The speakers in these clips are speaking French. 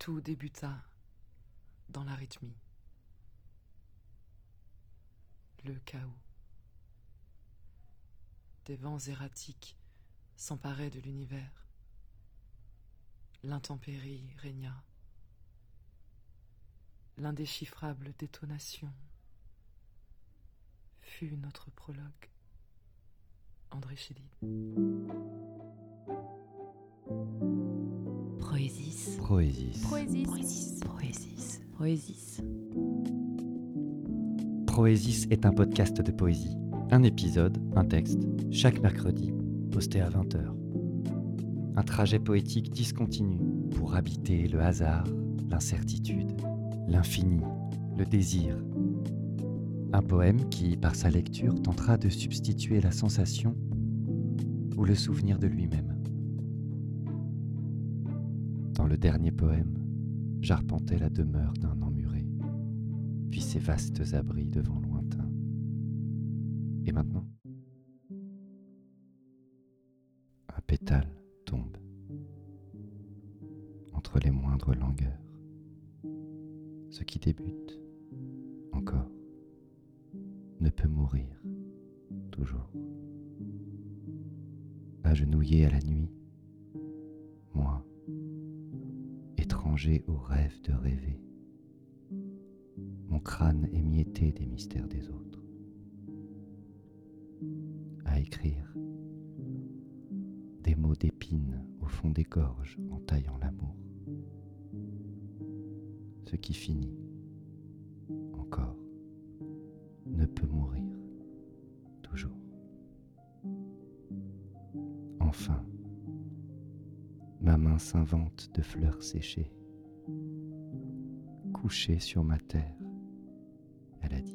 Tout débuta dans l'arythmie. Le chaos. Des vents erratiques s'emparaient de l'univers. L'intempérie régna. L'indéchiffrable détonation fut notre prologue. André Chédid. Poésis. Poésis. Poésis. Poésis. Poésis. Poésis. Poésis est un podcast de poésie. Un épisode, un texte, chaque mercredi, posté à 20h. Un trajet poétique discontinu pour habiter le hasard, l'incertitude, l'infini, le désir. Un poème qui, par sa lecture, tentera de substituer la sensation ou le souvenir de lui-même. Dans le dernier poème, j'arpentais la demeure d'un emmuré, puis ses vastes abris de vents lointains. Et maintenant, un pétale tombe entre les moindres langueurs. Ce qui débute encore ne peut mourir toujours. Agenouillé à la nuit, moi, étranger au rêve de rêver, mon crâne émietté des mystères des autres, à écrire des mots d'épines au fond des gorges en taillant l'amour. Ce qui finit encore ne peut mourir toujours. Enfin, ma main s'invente de fleurs séchées, couchées sur ma terre, elle a dit.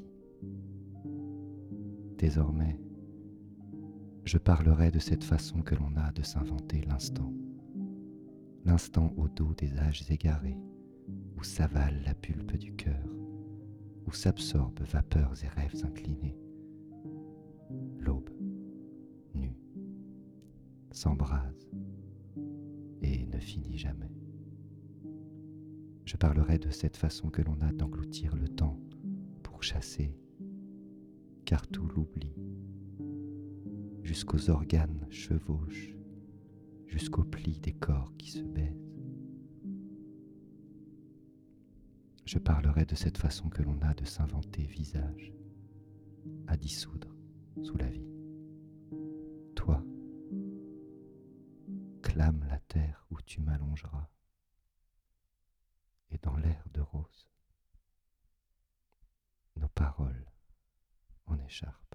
Désormais, je parlerai de cette façon que l'on a de s'inventer l'instant. L'instant au dos des âges égarés, où s'avale la pulpe du cœur, où s'absorbent vapeurs et rêves inclinés. L'aube, nue, s'embrase et ne finit jamais. Je parlerai de cette façon que l'on a d'engloutir le temps pour chasser, car tout l'oublie. Jusqu'aux organes chevauchent, jusqu'aux plis des corps qui se baisent. Je parlerai de cette façon que l'on a de s'inventer visage, à dissoudre sous la vie. Toi, clame la terre où tu m'allongeras, et dans l'air de rose, nos paroles en écharpe.